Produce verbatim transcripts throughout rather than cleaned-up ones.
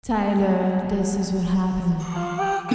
Tyler, this is what happened.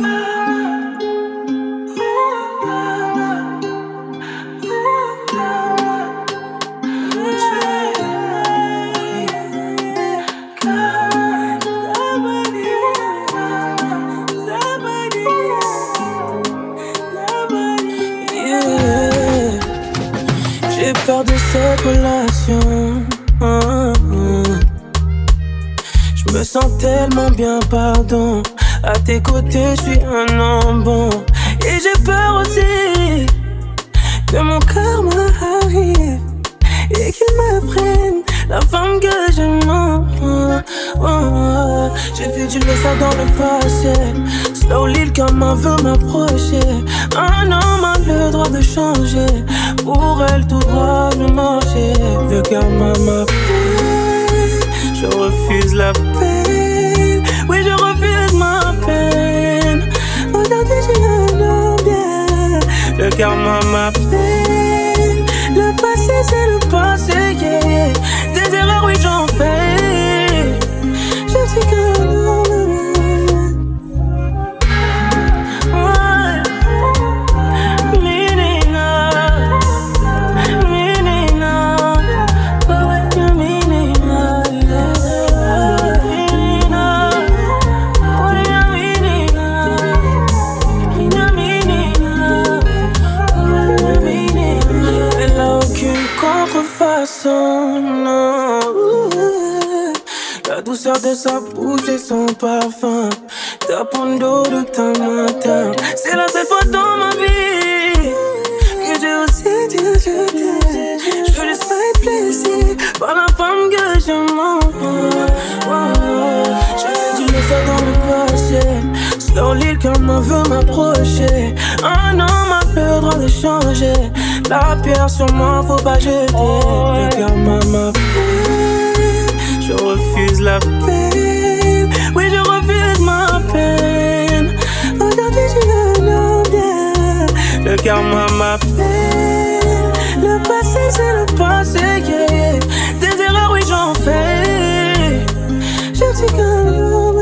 Yeah. J'ai peur de cette relation. Ah, ah. Je me sens tellement bien, pardon. À tes côtés, je suis un homme bon. Et j'ai peur aussi que mon karma arrive et qu'il me prenne la femme que j'aime. Oh, oh, oh. J'ai vu du message dans le passé. Slowly, le karma veut m'approcher. Un homme a le droit de changer. Pour elle, tout droit de marcher. Le karma m'appelle. Je refuse la peine. Oui, je refuse ma peine. Aujourd'hui, j'ai un homme bien. Le karma m'appelle. Le passé, c'est le passé, yeah, yeah. Des erreurs, oui, j'en fais. Je suis qu'un homme. Ouais. Menina. Menina. Oh, ouais, menina. Menina. Oh, yeah, menina. Menina, menina. Oh, yeah, menina. Elle a aucune contrefaçon, non. La douceur de sa bouche et son parfum. Ta d'eau de ta matin. C'est la seule fois dans ma vie que j'ai aussi dit je t'aime. Je veux juste pas être blessé par la femme que j'aime. Je fais du laisser dans le passé. Slowly, le karma veut m'approcher. Un homme a le droit de changer. La pierre sur moi, faut pas jeter. Le karma m'appelle. Je refuse la peine. Oui, je refuse ma peine. Aujourd'hui, j'ai un homme bien. Le karma m'appelle. Le passé, c'est le passé, yeah, yeah. Des erreurs, oui, j'en fais. Je suis qu'un homme.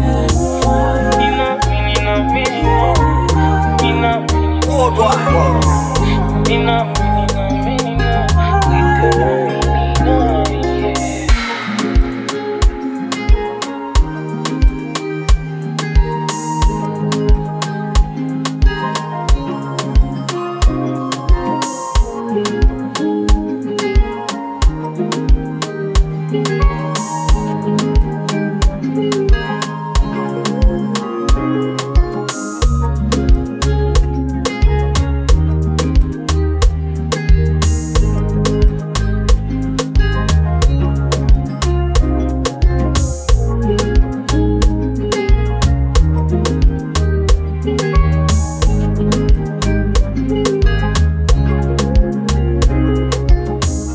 Boy.